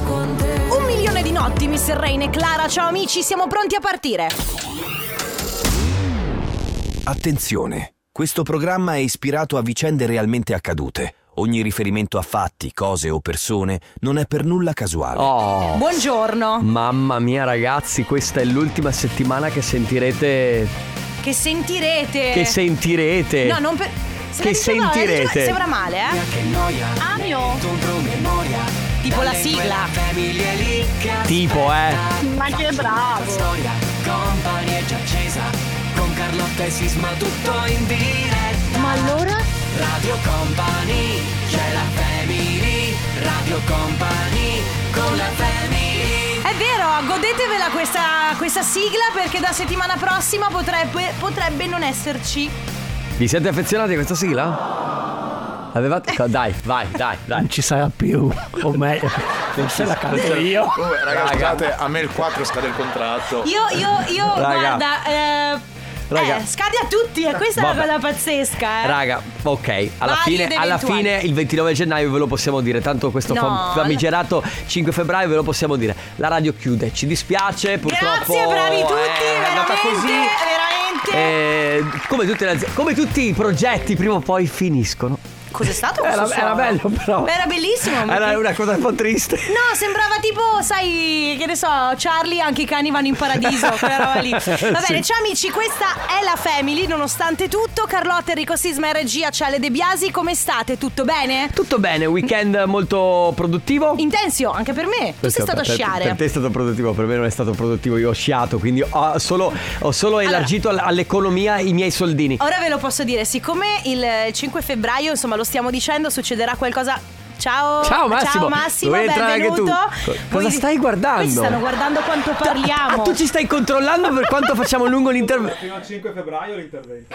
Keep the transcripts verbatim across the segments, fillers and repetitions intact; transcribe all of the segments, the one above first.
con te. Un milione di notti, mister Rain e Clara. Ciao amici, siamo pronti a partire. Attenzione, questo programma è ispirato a vicende realmente accadute. Ogni riferimento a fatti, cose o persone non è per nulla casuale. Oh, Buongiorno. mamma mia ragazzi, questa è l'ultima settimana che sentirete. Che sentirete. Che sentirete. No, non per. se Che la dicevo- la sentirete. dicevo- Sembra male, eh? Che noia, Ah, mio. un promemoria. Tipo la sigla. Famiglia lì che Tipo, eh. Ma che bravo! storia, compagnia già accesa. Con Carlotta e Sisma tutto in diretta. Ma allora? Radio Company, c'è la family. Radio Company, con la family. È vero, godetevela questa, questa sigla perché da settimana prossima potrebbe, potrebbe non esserci. Vi siete affezionati a questa sigla? Avevate. Dai, vai, dai, dai. Non ci sarà più, o meglio, forse la canto io. Oh, raga, scusate, a me il quattro scade il contratto. Io, io, io, Raga. guarda, eh, Raga. eh, scade a tutti e questa Vabbè. è una cosa pazzesca, eh. Raga, ok, alla, Vari fine, ed alla eventuali. fine il ventinove gennaio ve lo possiamo dire. Tanto questo No, fam- famigerato cinque febbraio ve lo possiamo dire. La radio chiude, ci dispiace purtroppo. Grazie, bravi tutti, è andata veramente, così. veramente. Eh, come, tutte le aziende, come tutti i progetti prima o poi finiscono. Cos'è stato Era, questo era suono? bello però. Era bellissimo. Era una cosa un po' triste. No, sembrava tipo, sai, che ne so, Charlie, anche i cani vanno in paradiso, quella roba lì. Va bene, ciao amici, questa è la Family, nonostante tutto. Carlotta, Enrico Sisma e regia, Ciale De Biasi, come state? Tutto bene? Tutto bene, weekend molto produttivo. Intensio, anche per me. Tu sei stato a Per- sciare. Per te è stato produttivo, per me non è stato produttivo. Io ho sciato, quindi ho solo, ho solo elargito all- all'economia i miei soldini. Ora ve lo posso dire, siccome il cinque febbraio, insomma, lo stiamo dicendo, succederà qualcosa. Ciao. Ciao Massimo. Ciao Massimo, Dovevi entrare anche tu. benvenuto. Co- cosa Voi- stai guardando? Questi stanno guardando quanto parliamo. Ah, tu ci stai controllando per quanto facciamo lungo l'intervento. Fino al cinque febbraio l'intervento.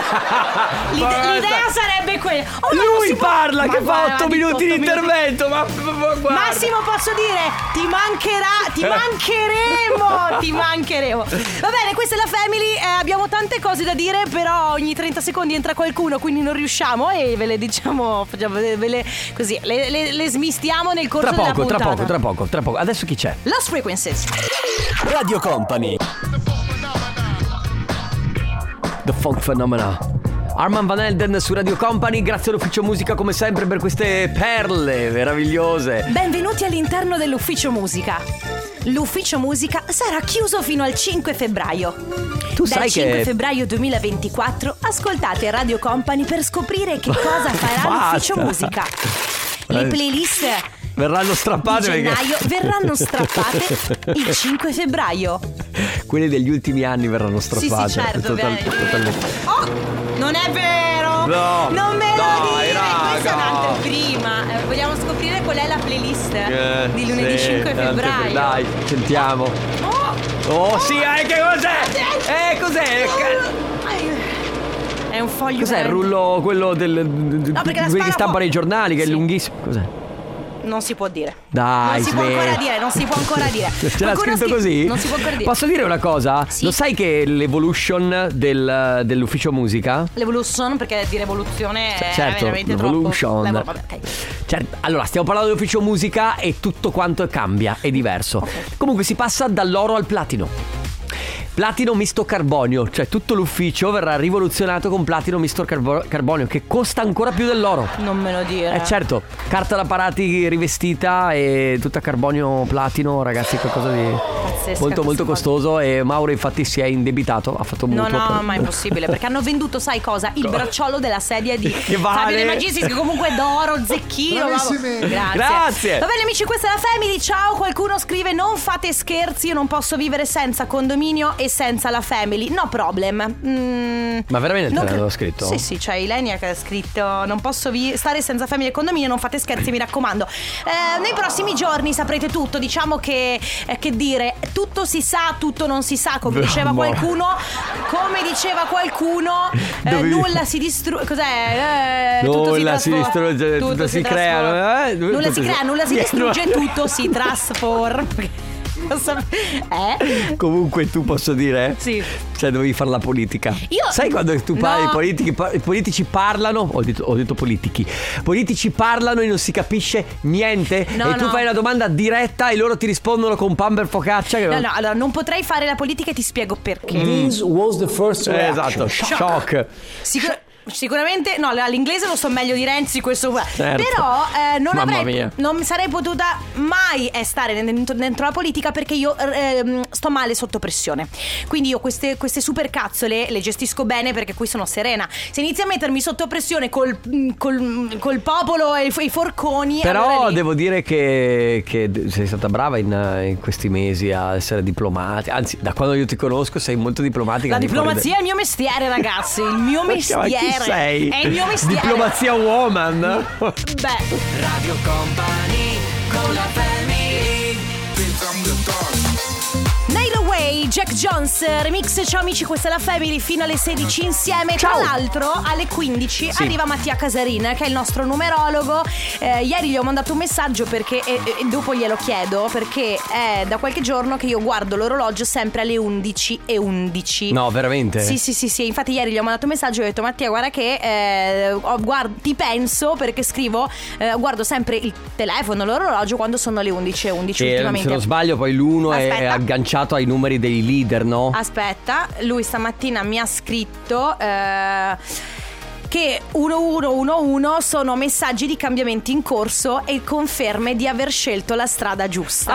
L'ide- l'idea sarebbe quella. Oh, ma non Lui si può- parla Ma che fa guarda, otto dico minuti di otto intervento. Ma, ma- ma guarda. Massimo, posso dire, ti mancherà, ti mancheremo, ti mancheremo. Va bene, questa è la Family, eh, abbiamo tante cose da dire, però ogni trenta secondi entra qualcuno, quindi non riusciamo e ve le diciamo, facciamo, ve le, così, le, le, le smistiamo nel corso Tra della poco, tra puntata. poco, tra poco, tra poco. Adesso chi c'è? Lost Frequencies. Radio Company. The Folk Phenomena. Arman Van Helden su Radio Company. Grazie all'Ufficio Musica come sempre per queste perle meravigliose. Benvenuti all'interno dell'Ufficio Musica. L'Ufficio Musica sarà chiuso fino al cinque febbraio. Tu Dal sai cinque che febbraio duemilaventiquattro ascoltate Radio Company per scoprire che cosa farà Basta. l'Ufficio Musica. Le playlist verranno strappate di perché gennaio verranno strappate il cinque febbraio. quelli degli ultimi anni verranno strappate. Sì, sì, certo, Total- bene. totalmente. Oh, non è vero! No, non me lo dai, dire! Questa è raga. un'anteprima. Eh, vogliamo scoprire qual è la playlist Eh, di lunedì sì, cinque tante- febbraio. Dai, sentiamo. Oh, Oh sì, eh, che cos'è? Eh, cos'è? è un foglio. Cos'è il veramente- rullo, quello del, di perché la quelli che spara stampano po- i giornali, che Sì. è lunghissimo. Cos'è? Non si può dire. Dai, non si può smetti. ancora dire, non si può ancora dire. Ce l'ha Qualcuno scritto scri- così? Non si può ancora dire. Posso dire una cosa? Sì. Lo sai che l'evolution del, dell'Ufficio Musica? L'evolution, perché dire evoluzione è Certo, veramente l'evolution. troppo. Vabbè, ok. Certo, allora stiamo parlando dell'Ufficio Musica e tutto quanto cambia, è diverso. Comunque si passa dall'oro al platino. Platino misto carbonio, cioè tutto l'ufficio verrà rivoluzionato con platino misto carbo- carbonio, che costa ancora più dell'oro. Non me lo dire. Eh certo, carta da parati rivestita e tutta carbonio platino, ragazzi, qualcosa di Pazzesca molto molto questa costoso. E Mauro infatti si è indebitato, ha fatto No, mutuo no, per- ma è impossibile. Perché hanno venduto, sai cosa? Il bracciolo della sedia di Che vale. Fabio De Magistris, che comunque è d'oro, zecchino. Bravissimi. Grazie. Grazie. Va bene amici, questa è la Family. Ciao, qualcuno scrive: non fate scherzi, io non posso vivere senza condominio e senza la Family. No problem. Mm, Ma veramente non l'avevo cre- scritto? Sì, sì, c'è Ilenia che ha scritto: non posso vi- stare senza Family e condominio, non fate scherzi, mi raccomando. Eh, nei prossimi giorni saprete tutto. Diciamo che, eh, che dire, tutto si sa, tutto non si sa, come diceva Mamma. qualcuno. Come diceva qualcuno, eh, Dovevi- nulla si distrugge. Cos'è? Eh, tutto Nulla si trasforma- distrugge, tutto si crea, trasforma. eh? Nulla Tutto si si- crea, nulla si Niente, distrugge, no. tutto si trasforma. Eh? Comunque tu posso dire? Sì. Cioè dovevi fare la politica. Io- Sai quando tu parli, No. i politici, pa- i politici parlano, ho detto, ho detto politici, politici parlano e non si capisce niente. No, e tu no. fai una domanda diretta e loro ti rispondono con pan per focaccia. Che No, non- no, allora non potrei fare la politica e ti spiego perché. This was the first Eh, reaction. esatto, shock. Sicur- Sicuramente no, all'inglese lo so meglio di Renzi, questo qua. Certo. Però eh, non Mamma avrei mia. non sarei potuta mai eh, stare dentro, dentro la politica perché io ehm, sto male sotto pressione. Quindi io queste, queste super cazzole le gestisco bene perché qui sono serena. Se inizi a mettermi sotto pressione col, col, col popolo e i forconi, Però allora lì- devo dire che, che sei stata brava in, in questi mesi a essere diplomatica. Anzi, da quando io ti conosco sei molto diplomatica. la di fuori diplomazia è il mio mestiere, ragazzi. Il mio de- Ma chi mestiere. sei? È il mio mestiere. Diplomazia woman. Beh, Radio Company con la family. Nail Away, Jack Jones, remix. Ciao amici, questa è la Family fino alle sedici insieme. Ciao. Tra l'altro alle quindici Sì. arriva Mattia Casarin, che è il nostro numerologo. eh, Ieri gli ho mandato un messaggio perché e, e dopo glielo chiedo, perché è da qualche giorno che io guardo l'orologio sempre alle undici e undici. No, veramente? Sì, sì, sì, sì. Infatti ieri gli ho mandato un messaggio e ho detto: Mattia, guarda che eh, ho- guard- ti penso, perché scrivo eh, guardo sempre il telefono, l'orologio quando sono le undici e undici E, ultimamente. se non sbaglio poi l'uno è Aspetta. agganciato ai numeri dei leader, no? Aspetta, lui stamattina mi ha scritto eh, che uno uno uno uno sono messaggi di cambiamenti in corso e conferme di aver scelto la strada giusta.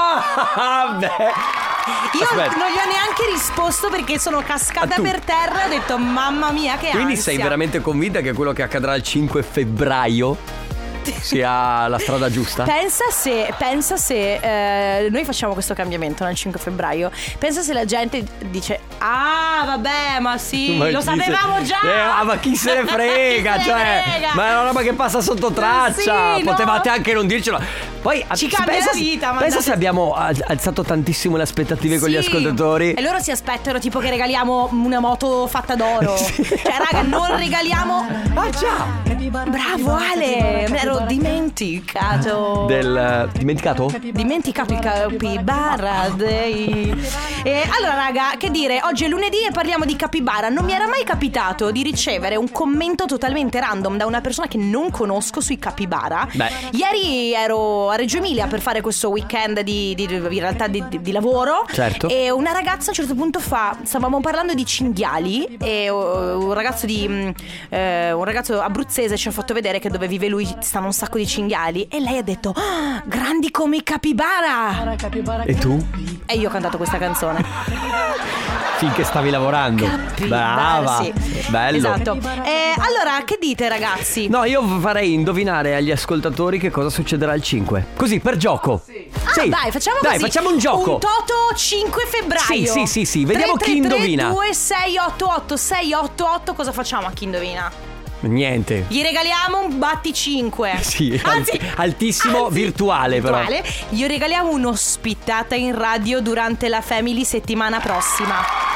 Ah, beh. Io Aspetta. non gli ho neanche risposto perché sono cascata Ah, tu? per terra e ho detto mamma mia che Quindi ansia. sei veramente convinta che quello che accadrà il cinque febbraio sia la strada giusta? Pensa se, pensa se eh, noi facciamo questo cambiamento nel cinque febbraio. Pensa se la gente dice: ah vabbè, ma sì, Ma lo chi sapevamo se- già. Eh, ah, ma chi se ne frega? Chi se ne cioè, frega? ma è una roba che passa sotto traccia. Sì, no. Potevate anche non dircelo. Poi Ci pensa cambia la se- vita, ma Pensa andate- se abbiamo al- alzato tantissimo le aspettative con gli Sì. ascoltatori. E loro si aspettano tipo che regaliamo una moto fatta d'oro. Cioè raga, non regaliamo. Ah già. Bravo Ale, me l'ero dimenticato. Del dimenticato? Dimenticato il capibara dei... E allora raga, che dire, oggi è lunedì e parliamo di capibara. Non mi era mai capitato di ricevere un commento totalmente random da una persona che non conosco sui capibara. Beh. Ieri ero a Reggio Emilia per fare questo weekend di, di- in realtà di, di- di lavoro. Certo. E una ragazza a un certo punto fa, stavamo parlando di cinghiali e uh, un ragazzo di mh, eh, un ragazzo abruzzese ci ha fatto vedere che dove vive lui stanno un sacco di cinghiali e lei ha detto: "Ah, grandi come i capibara". E tu? E io ho cantato questa canzone. Finché stavi lavorando. Brava. Sì. Bello. Esatto. E allora, che dite ragazzi? No, io farei indovinare agli ascoltatori che cosa succederà il cinque. Così, per gioco. Ah, dai, facciamo Dai, così. facciamo un gioco. Un toto cinque febbraio. Sì, sì, sì, sì. Vediamo chi indovina. due sei otto otto sei otto otto. Cosa facciamo a chi indovina? Niente. Gli regaliamo un batticinque. Sì, Anzi, alt- altissimo, anzi, virtuale, però. virtuale. Gli regaliamo un'ospitata in radio durante la Family settimana prossima.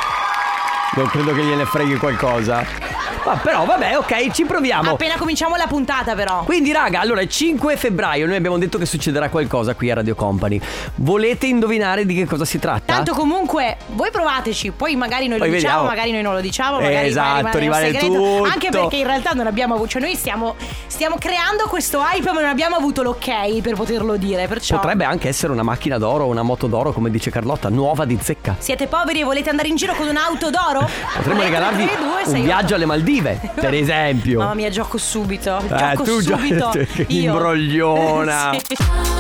Non credo che gliene freghi qualcosa. Ma però vabbè, ok, ci proviamo. Appena cominciamo la puntata però. Quindi raga, allora il cinque febbraio noi abbiamo detto che succederà qualcosa qui a Radio Company. Volete indovinare di che cosa si tratta? Tanto comunque voi provateci, poi magari noi lo Poi diciamo, vediamo. magari noi non lo diciamo, magari Esatto, rimane un rimane segreto. tutto. Anche perché in realtà non abbiamo, cioè noi stiamo stiamo creando questo hype, ma non abbiamo avuto l'ok per poterlo dire, perciò Potrebbe anche essere una macchina d'oro o una moto d'oro, come dice Carlotta, nuova di zecca. siete poveri e volete andare in giro con un'auto d'oro? Potremmo regalarvi un viaggio alle Maldive, per esempio. Mamma mia, gioco subito. Eh, Gioco tu gio- subito. che Io. imbrogliona. Sì.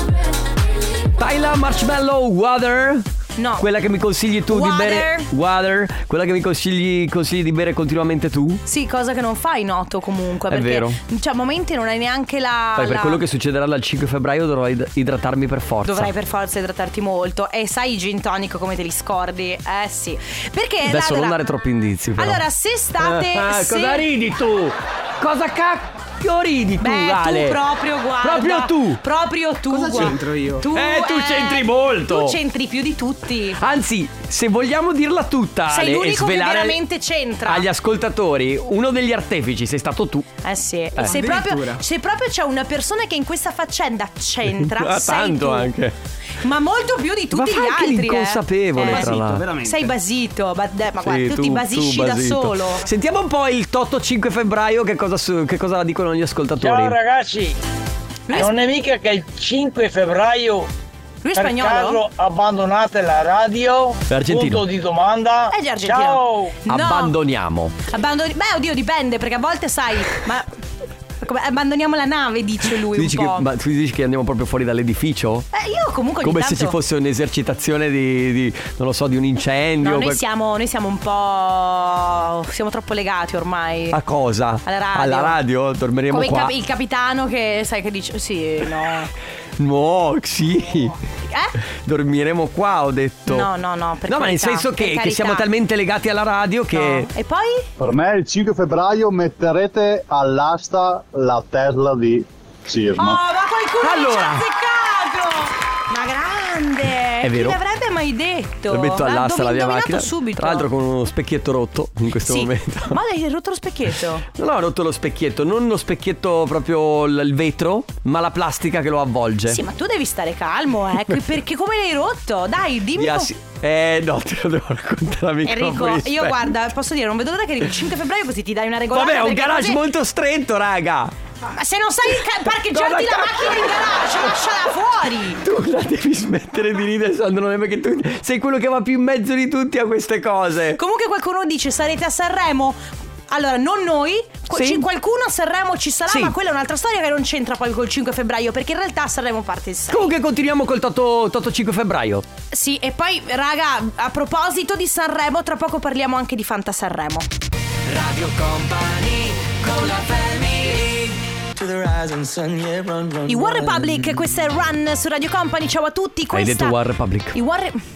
Tyla Marshmallow Water. No. Quella che mi consigli tu Water. di bere. Water. Quella che mi consigli, consigli di bere continuamente tu. Sì, cosa che non fai noto comunque. È Perché vero. cioè a momenti non hai neanche la. Poi per la- quello che succederà dal cinque febbraio dovrò id- idratarmi per forza. Dovrai per forza idratarti molto. E sai i gin tonic come te li scordi? Eh sì. Perché Adesso allora, non dare troppi indizi però. Allora se state Ah, se- cosa ridi tu? Cosa cacchio ridi tu, Beh, Ale? tu proprio guarda. Proprio tu. Proprio tu. Cosa guarda. c'entro io? Tu, Eh, tu c'entri molto. Tu c'entri più di tutti. Anzi, se vogliamo dirla tutta, Sei Ale, e l'unico che svelare veramente c'entra. agli ascoltatori, uno degli artefici sei stato tu. Eh sì. E se addirittura. proprio, se proprio c'è una persona che in questa faccenda c'entra, Ah, sei tanto tu. anche. Ma molto più di tutti Ma gli fa anche altri. l'inconsapevole, eh. tra Basito, l'altro. veramente. Sei basito, ma, ma Sì, guarda, tu, ti tu- basisci tu da basito. solo. Sentiamo un po' il Toto cinque febbraio, che cosa, su- che cosa dicono gli ascoltatori. Ciao ragazzi, non è mica che il cinque febbraio Lui è per spagnolo? caso abbandonate la radio? È argentino. Punto di domanda. È già argentino. Ciao. No. Abbandoniamo. Abbandoni- Beh, oddio, dipende, perché a volte sai, ma come, abbandoniamo la nave, dice lui Tu dici, un che, po'. ma tu dici che andiamo proprio fuori dall'edificio? Eh, io comunque ogni Come se tanto... ci fosse un'esercitazione di, di non lo so, di un incendio. No, noi quel- siamo, noi siamo un po'... siamo troppo legati ormai. A cosa? Alla radio. Alla radio? Dormiremo Come il, qua. cap- il capitano che sai che dice sì, no. No, sì. Eh? Dormiremo qua, ho detto. No, no, no, per No, ma nel carità, senso per che, che carità. siamo talmente legati alla radio che. No. E poi? Per me il cinque febbraio metterete all'asta la Tesla di Oh, Sirma. ma qualcuno Allora. ci ha azzeccato! Ma grande! È vero. Chi l'avrebbe mai detto? Lo metto L'ha all'asta la mia indovinato macchina. subito. Tra l'altro con uno specchietto rotto in questo Sì. momento. Ma hai rotto lo specchietto? Non ho rotto lo specchietto, non lo specchietto proprio l- il vetro, ma la plastica che lo avvolge. Sì, ma tu devi stare calmo, eh. Perché come l'hai rotto? Dai, dimmi. Via, co- sì. Eh no, te lo devo raccontare a Enrico, microfoni io spenti. guarda, posso dire, non vedo l'ora che arrivi il cinque febbraio così ti dai una regolata. Vabbè, è un perché garage così- molto stretto, raga. Ma se non sai ca- parcheggiarti Cosa la cazzo? macchina in garage, lasciala fuori. Tu la devi smettere di ridere, Sandro, non è perché tu sei quello che va più in mezzo di tutti a queste cose. Comunque qualcuno dice sarete a Sanremo. Allora, non noi, qu- Sì. ci- qualcuno a Sanremo ci sarà, Sì. ma quella è un'altra storia che non c'entra poi col cinque febbraio, perché in realtà Sanremo parte il sei. Comunque continuiamo col Toto, Toto cinque febbraio. Sì, e poi, raga, a proposito di Sanremo, tra poco parliamo anche di Fanta Sanremo. Radio Company con la family. I One Republic, questa è Run su Radio Company, ciao a tutti. Hai Questa... detto One Republic. I One Re-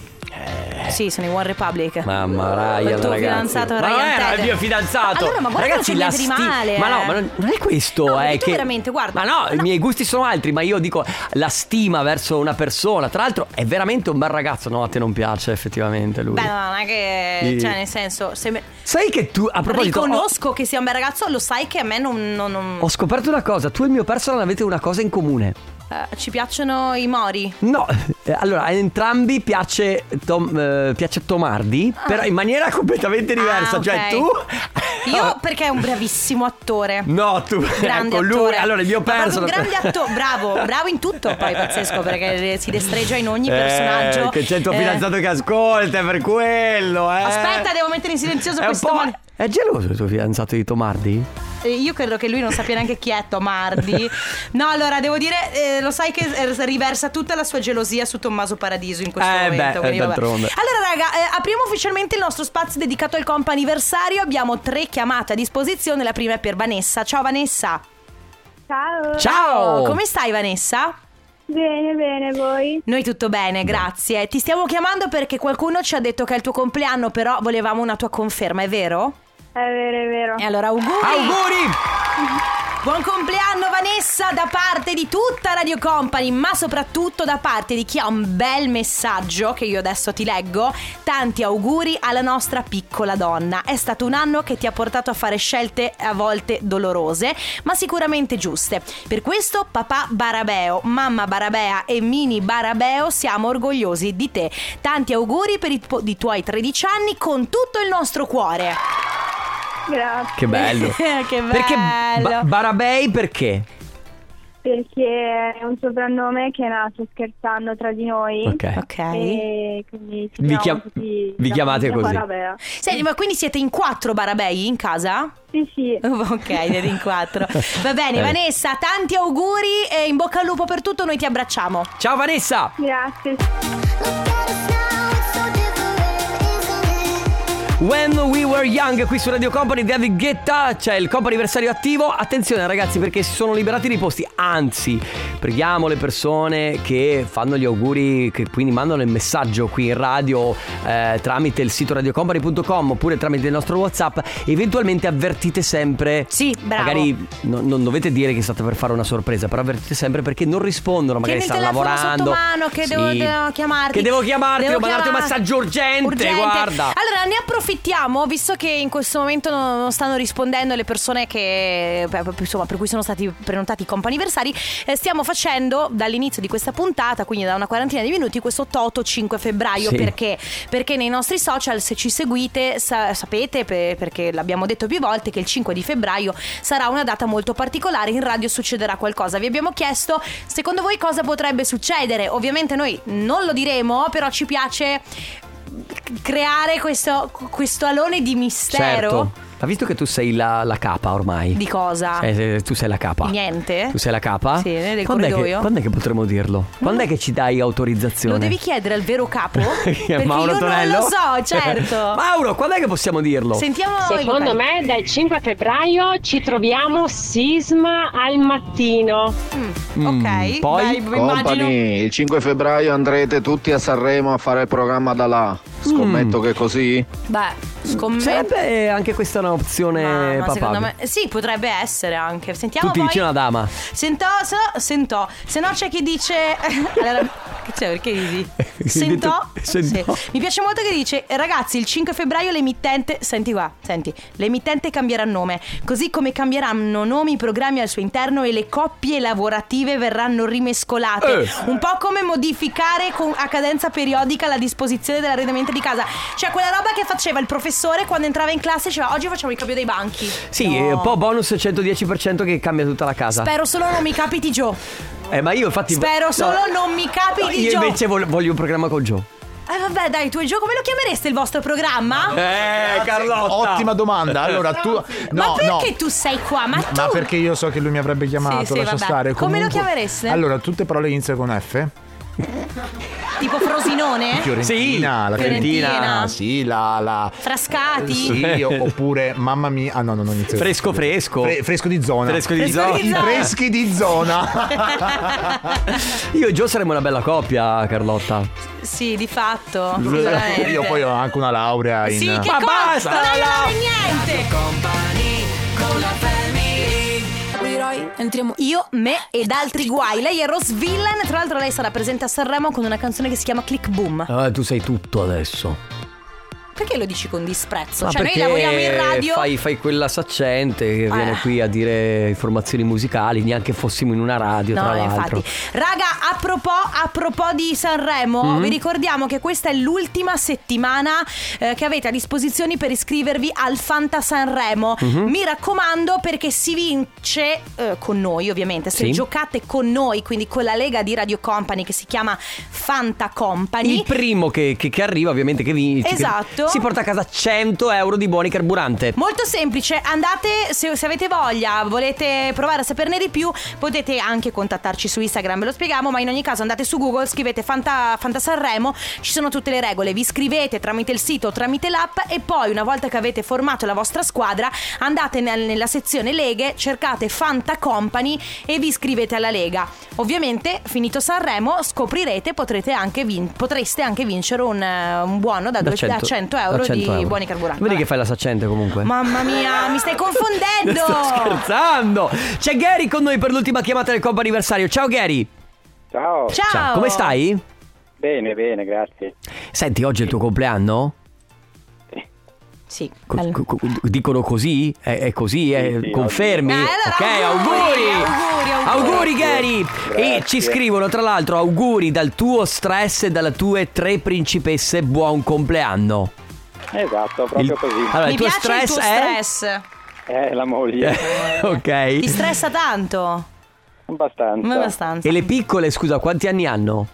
Sì, sono i One Republic. Mamma Il Ryan, tuo ragazzi. fidanzato Ma non Ryan era Ted. il mio fidanzato. Allora, ma guarda, ragazzi, non la c'è niente di male, Ma no, eh. ma non, non è questo, No, è perché tu che veramente, guarda, Ma no, i no. miei gusti sono altri, ma io dico la stima verso una persona. Tra l'altro è veramente un bel ragazzo. No, a te non piace effettivamente lui. Beh, no, non è che... Sì. Cioè, nel senso, se me... Sai che tu, a proposito, ho, riconosco che sia un bel ragazzo, lo sai che a me non... non, non- ho scoperto una cosa. Tu e il mio personal avete una cosa in comune. eh, ci piacciono i mori. No, eh, allora a entrambi piace Tom, eh, piace Tomardi, però in maniera completamente diversa. Ah, ok. Cioè tu Io perché è un bravissimo attore. No, tu Grande ecco lui, attore. allora il mio Ma proprio personal. un grande attore, bravo, bravo in tutto, poi pazzesco perché si destreggia in ogni Eh, personaggio. che c'è il tuo Eh, fidanzato che ascolta, è per quello, eh. Aspetta, devo mettere in silenzioso È un questo po'. male- È geloso il tuo fidanzato di Tomardi? Eh, Io credo che lui non sappia neanche chi è Tomardi. No, allora devo dire, eh, lo sai che eh, riversa tutta la sua gelosia su Tommaso Paradiso in questo Eh, momento. beh, quindi vabbè. d'altronde. Allora, raga, eh, apriamo ufficialmente il nostro spazio dedicato al comp'anniversario. Abbiamo tre chiamate a disposizione. La prima è per Vanessa. Ciao Vanessa. Ciao. Ciao. Come stai Vanessa? Bene, bene, voi? Noi tutto bene, grazie. Ti stiamo chiamando perché qualcuno ci ha detto che è il tuo compleanno, però volevamo una tua conferma, è vero? È vero, è vero. E allora auguri! Auguri! Buon compleanno Vanessa da parte di tutta Radio Company, ma soprattutto da parte di chi ha un bel messaggio che io adesso ti leggo. Tanti auguri alla nostra piccola donna. È stato un anno che ti ha portato a fare scelte a volte dolorose, ma sicuramente giuste. Per questo papà Barabeo, mamma Barabea e mini Barabeo siamo orgogliosi di te. Tanti auguri per i, tu- i tuoi tredici anni con tutto il nostro cuore. Grazie. Che bello. Che bello. Perché ba- Barabei perché? Perché è un soprannome che è nato scherzando tra di noi. Ok. Ok. E quindi ci Vi chiamiamo chiam- tutti vi da chiamate famiglia così? Barabea. Senti, ma quindi siete in quattro Barabei in casa? Sì, sì. Ok, siete in quattro. Va bene, Eh. Vanessa, tanti auguri e in bocca al lupo per tutto, noi ti abbracciamo. Ciao Vanessa. Grazie. When We Were Young qui su Radio Company, David Guetta, c'è il comp anniversario attivo. Attenzione ragazzi, perché si sono liberati dei posti. Anzi, preghiamo le persone che fanno gli auguri, che quindi mandano il messaggio qui in radio eh, tramite il sito radio company punto com oppure tramite il nostro WhatsApp. Eventualmente avvertite sempre. Sì, bravo. Magari no- non dovete dire che state per fare una sorpresa, però avvertite sempre perché non rispondono. Magari Tieni il stanno telefono lavorando. sotto mano, che Sì. devo, devo chiamarti. Che devo chiamarti, Devo devo mandarti un chiamar- messaggio urgente, guarda. Allora ne approfitto approfittiamo, visto che in questo momento non stanno rispondendo le persone che insomma per cui sono stati prenotati i comp'anniversari, eh, stiamo facendo dall'inizio di questa puntata, quindi da una quarantina di minuti, questo Toto cinque febbraio. Sì. Perché? Perché nei nostri social, se ci seguite, sa- sapete per- perché l'abbiamo detto più volte che il cinque di febbraio sarà una data molto particolare, in radio succederà qualcosa. Vi abbiamo chiesto secondo voi cosa potrebbe succedere. Ovviamente noi non lo diremo, però ci piace creare questo, questo alone di mistero. Certo. Ma visto che tu sei la, la capa ormai. Di cosa? Eh, tu sei la capa. Niente. Tu sei la capa? Sì, del quando corridoio. È che, quando è che potremo dirlo? Quando no. è che ci dai autorizzazione? Lo devi chiedere al vero capo. Perché Mauro io Tonello? non lo so, certo. Mauro, quando è che possiamo dirlo? Sentiamo. Secondo me dal cinque febbraio ci troviamo Sisma al mattino. Mm, ok. Poi Vai, immagino. il cinque febbraio andrete tutti a Sanremo a fare il programma da là. Scommetto mm. che è così. Beh, scommetto. Sarebbe anche questa un'opzione, ma, ma papà. secondo me sì, potrebbe essere anche. Sentiamo. Tutti poi. vicino alla dama. Sento, se no, sento. Se no c'è chi dice allora, che c'è, perché ridi? Sento. Sento. Sì. Mi piace molto che dice: ragazzi, il cinque febbraio l'emittente, senti qua, senti, l'emittente cambierà nome, così come cambieranno nomi i programmi al suo interno e le coppie lavorative verranno rimescolate. Eh. Un po' come modificare con, a cadenza periodica la disposizione dell'arredamento di casa. Cioè quella roba che faceva il professore quando entrava in classe e diceva: oggi facciamo il cambio dei banchi. Sì, no. Un po' bonus centodieci per cento che cambia tutta la casa. Spero solo non mi capiti Joe. Eh ma io infatti Spero solo no. non mi capiti no, io Joe. Io invece voglio, voglio un programma con Joe. Eh vabbè dai, tu e Joe come lo chiamereste il vostro programma? Eh Carlotta, ottima domanda. Allora tu no, Ma perché no. tu sei qua? Ma, tu... ma perché io so che lui mi avrebbe chiamato. Sì, sì, lascia vabbè. stare. Come Comunque, lo chiamereste? Allora tutte parole iniziano con F. Tipo Frosinone? Fiorentina, sì, la Fiorentina. Fiorentina, sì, la, la Frascati. sì, oppure mamma mia. Ah no, no, non inizio. Fresco fresco. Fre- fresco di zona. Fresco di fresco zona. Di I zona. freschi di zona. Io e Gio saremo una bella coppia, Carlotta. Sì, di fatto. Io poi ho anche una laurea in. Sì, che ma cosa? basta! Non hai laurea niente. Company con la family. Entriamo io, me ed altri guai. Lei è Rose Villain. Tra l'altro lei sarà presente a Sanremo con una canzone che si chiama Click Boom. Ah, tu sei tutto adesso. Perché lo dici con disprezzo? Ma cioè noi perché lavoriamo in radio. Fai, fai quella saccente che eh. viene qui a dire informazioni musicali. Neanche fossimo in una radio, no, tra l'altro. Infatti. Raga, a propos, a propos di Sanremo, mm-hmm. vi ricordiamo che questa è l'ultima settimana eh, che avete a disposizione per iscrivervi al Fanta Sanremo. Mm-hmm. Mi raccomando, perché si vince eh, con noi, ovviamente. Se sì. giocate con noi, quindi con la lega di Radio Company che si chiama Fanta Company. Il primo che, che, che arriva, ovviamente, che vince. Esatto. Si porta a casa cento euro di buoni carburante. Molto semplice, andate, se, se avete voglia, volete provare a saperne di più, potete anche contattarci su Instagram, ve lo spieghiamo, ma in ogni caso andate su Google, scrivete Fanta, Fanta Sanremo, ci sono tutte le regole, vi iscrivete tramite il sito o tramite l'app e poi una volta che avete formato la vostra squadra andate nel, nella sezione leghe, cercate Fanta Company e vi iscrivete alla lega. Ovviamente finito Sanremo scoprirete, potrete anche vin- potreste anche vincere un, un buono da, da, cento, da cento euro da cento di euro. Buoni carburanti. Vedi che fai la saccente comunque. Mamma mia, mi stai confondendo. Sto scherzando. C'è Gary con noi per l'ultima chiamata del compo anniversario. Ciao Gary. Ciao. Ciao. Ciao. Come stai? Bene, bene, grazie. Senti, oggi è il tuo compleanno? Sì. Co- co- co- dicono così? È, è così? È, sì, confermi? Eh, allora, ok, auguri, auguri. auguri, auguri. Auguri Gary. Grazie. E ci scrivono tra l'altro auguri dal tuo stress e dalle tue tre principesse, buon compleanno. Esatto, proprio Il- così. Allora, Mi il tuo piace stress il tuo è? stress. Eh, la moglie. Ok. Ti stressa tanto? Abbastanza. Ma abbastanza. E le piccole, scusa, quanti anni hanno?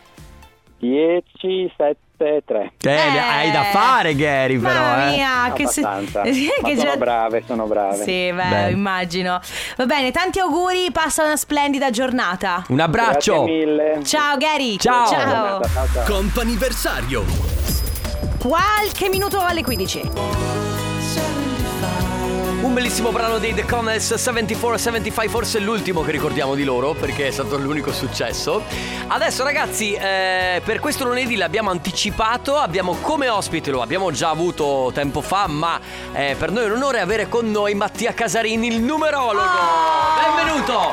dieci, sette, tre. Eh, Eh. hai da fare Gary però. Mamma eh. mia, che se... Abbastanza. che Ma sono già- brave, sono brave. Sì, beh, Beh. immagino. Va bene, tanti auguri, passa una splendida giornata. Un abbraccio. Grazie mille. Ciao Gary. Ciao. Ciao. Ciao, ciao. Comp'anniversario. Qualche minuto alle quindici. Un bellissimo brano dei The Connells, settantaquattro settantacinque, forse è l'ultimo che ricordiamo di loro perché è stato l'unico successo. Adesso ragazzi, eh, per questo lunedì l'abbiamo anticipato, abbiamo come ospite, lo abbiamo già avuto tempo fa, ma eh, per noi è un onore avere con noi Mattia Casarini, il numerologo. Oh! Benvenuto!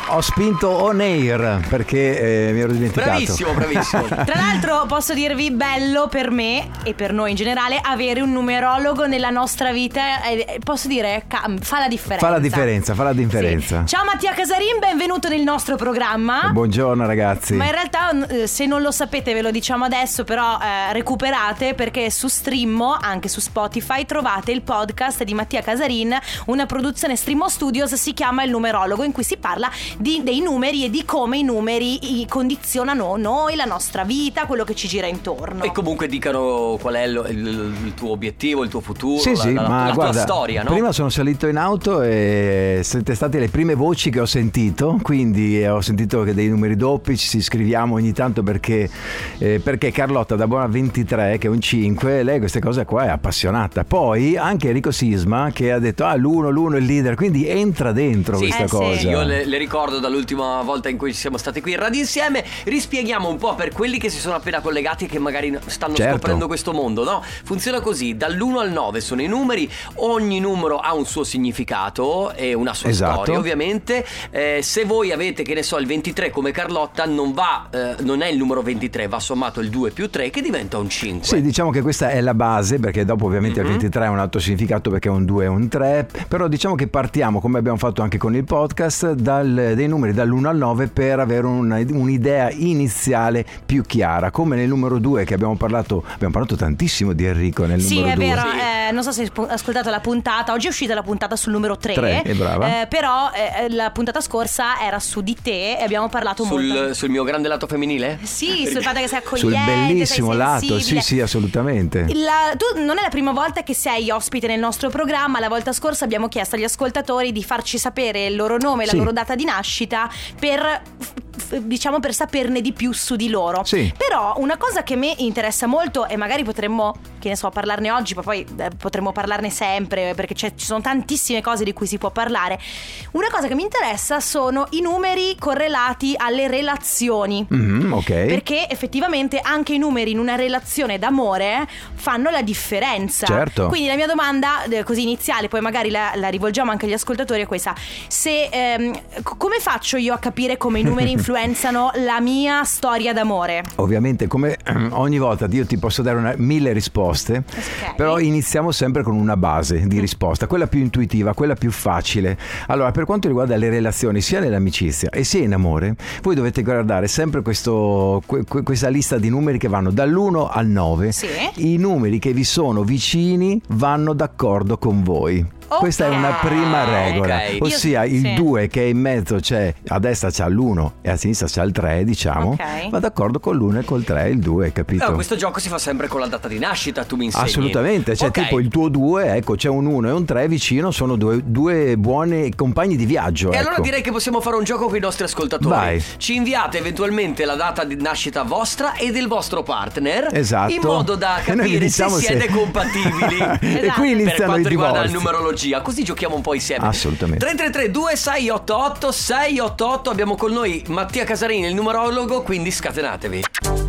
ho spinto on air perché eh, mi ero dimenticato. Bravissimo, bravissimo. Tra l'altro posso dirvi, bello per me e per noi in generale avere un numerologo nella nostra vita, eh, posso dire cam- fa la differenza. Fa la differenza, fa la differenza. Sì. Ciao Mattia Casarin, benvenuto nel nostro programma. Buongiorno ragazzi. Ma in realtà eh, se non lo sapete ve lo diciamo adesso, però eh, recuperate, perché su Streammo, anche su Spotify, trovate il podcast di Mattia Casarin, una produzione Streammo Studios, si chiama Il Numerologo, in cui si parla di, dei numeri e di come i numeri condizionano noi, la nostra vita, quello che ci gira intorno. E comunque dicano qual è il, il, il tuo obiettivo, il tuo futuro, sì, la, sì, la, ma la guarda, tua storia, no? Prima sono salito in auto e siete state le prime voci che ho sentito, quindi ho sentito che dei numeri doppi ci si scriviamo ogni tanto perché, eh, perché Carlotta da buona ventitré, che è un cinque, lei queste cose qua è appassionata. Poi anche Enrico Sisma che ha detto ah l'uno, l'uno è il leader, quindi entra dentro sì, questa eh, cosa. Sì. Io le, le ricordo dall'ultima volta in cui siamo stati qui in radio insieme. Rispieghiamo un po' per quelli che si sono appena collegati e che magari stanno certo. scoprendo questo mondo, no? Funziona così, dall'uno al nove sono i numeri, ogni numero ha un suo significato e una sua esatto. storia ovviamente. eh, Se voi avete, che ne so, il ventitré come Carlotta, non va, eh, non è il numero ventitré, va sommato il due più tre che diventa un cinque. Sì, diciamo che questa è la base, perché dopo ovviamente mm-hmm. il ventitré ha un altro significato perché è un due e un tre, però diciamo che partiamo, come abbiamo fatto anche con il podcast, dal, dei numeri dall'uno al nove per avere una, un'idea iniziale più chiara, come nel numero due che abbiamo parlato, abbiamo parlato tantissimo di Enrico nel sì, numero due. Sì, è vero, sì. eh, non so se hai ascoltato la puntata, oggi è uscita la puntata sul numero tre, tre è brava. Eh, però eh, la puntata scorsa era su di te e abbiamo parlato sul, molto sul mio grande lato femminile? Sì, sul fatto che sei accogliente, sul bellissimo sei lato, sì sì assolutamente. La, tu non è la prima volta che sei ospite nel nostro programma. La volta scorsa abbiamo chiesto agli ascoltatori di farci sapere il loro nome e la sì. loro data di nascita per, diciamo, per saperne di più su di loro. Sì. Però una cosa che mi interessa molto, e magari potremmo, che ne so, parlarne oggi, ma poi eh, potremmo parlarne sempre, perché c'è, ci sono tantissime cose di cui si può parlare. Una cosa che mi interessa sono i numeri correlati alle relazioni. Mm, ok. Perché effettivamente anche i numeri in una relazione d'amore fanno la differenza. Certo. Quindi la mia domanda eh, così iniziale, poi magari la, la rivolgiamo anche agli ascoltatori, è questa: se ehm, c- come faccio io a capire come i numeri influenzano la mia storia d'amore? Ovviamente, come ogni volta io ti posso dare una, mille risposte, okay. Però iniziamo sempre con una base di risposta, quella più intuitiva, quella più facile. Allora, per quanto riguarda le relazioni, sia nell'amicizia e sia in amore, voi dovete guardare sempre questo, que, questa lista di numeri che vanno dall'uno al nove. Sì. I numeri che vi sono vicini vanno d'accordo con voi. Okay. Questa è una prima regola, okay. Ossia Io, il sì. due che in mezzo c'è, a destra c'ha l'uno e a sinistra c'ha il tre, diciamo, okay. Va d'accordo con l'uno e col tre, il due, capito? No, questo gioco si fa sempre con la data di nascita, tu mi insegni. Assolutamente, cioè okay. tipo il tuo due, ecco, c'è un uno e un tre vicino, sono due, due buoni compagni di viaggio. E ecco. allora direi che possiamo fare un gioco con i nostri ascoltatori. Vai. Ci inviate eventualmente la data di nascita vostra e del vostro partner. Esatto. In modo da capire diciamo se siete se... compatibili. Esatto. E qui iniziano per quanto i riguarda la divorzi. numerologia, così giochiamo un po' insieme. Assolutamente. tre tre tre due sei otto otto sei otto otto. Abbiamo con noi Mattia Casarini, il numerologo, quindi scatenatevi.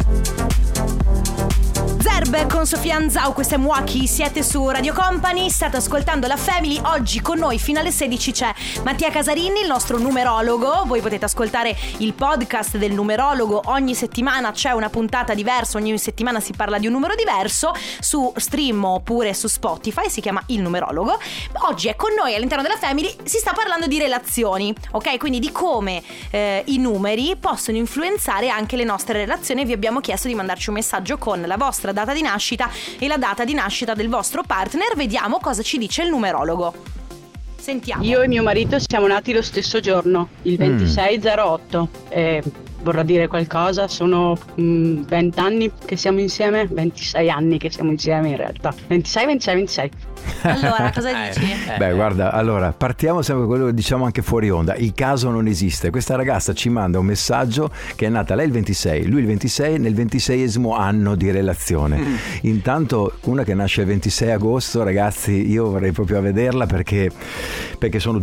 Zerbe con Sofia Anzau, questa è Mwaki, siete su Radio Company, state ascoltando la Family. Oggi con noi fino alle sedici c'è Mattia Casarini, il nostro numerologo. Voi potete ascoltare il podcast del numerologo, ogni settimana c'è una puntata diversa, ogni settimana si parla di un numero diverso su Streammo oppure su Spotify, si chiama Il Numerologo. Oggi è con noi all'interno della Family, si sta parlando di relazioni, ok? Quindi di come eh, i numeri possono influenzare anche le nostre relazioni. Vi abbiamo chiesto di mandarci un messaggio con la vostra data di nascita e la data di nascita del vostro partner. Vediamo cosa ci dice il numerologo. Sentiamo. Io e mio marito siamo nati lo stesso giorno, il ventisei zero otto. E vorrà dire qualcosa, sono mh, venti anni che siamo insieme, ventisei anni che siamo insieme in realtà. ventisei ventisei ventisei. Allora, cosa dici? Eh, Beh, guarda, allora partiamo sempre da quello che diciamo anche fuori onda. Il caso non esiste. Questa ragazza ci manda un messaggio che è nata lei il ventisei, lui il ventisei, nel ventiseiesimo anno di relazione. Mm. Intanto una che nasce il ventisei agosto, ragazzi, io vorrei proprio vederla perché, perché sono due otto.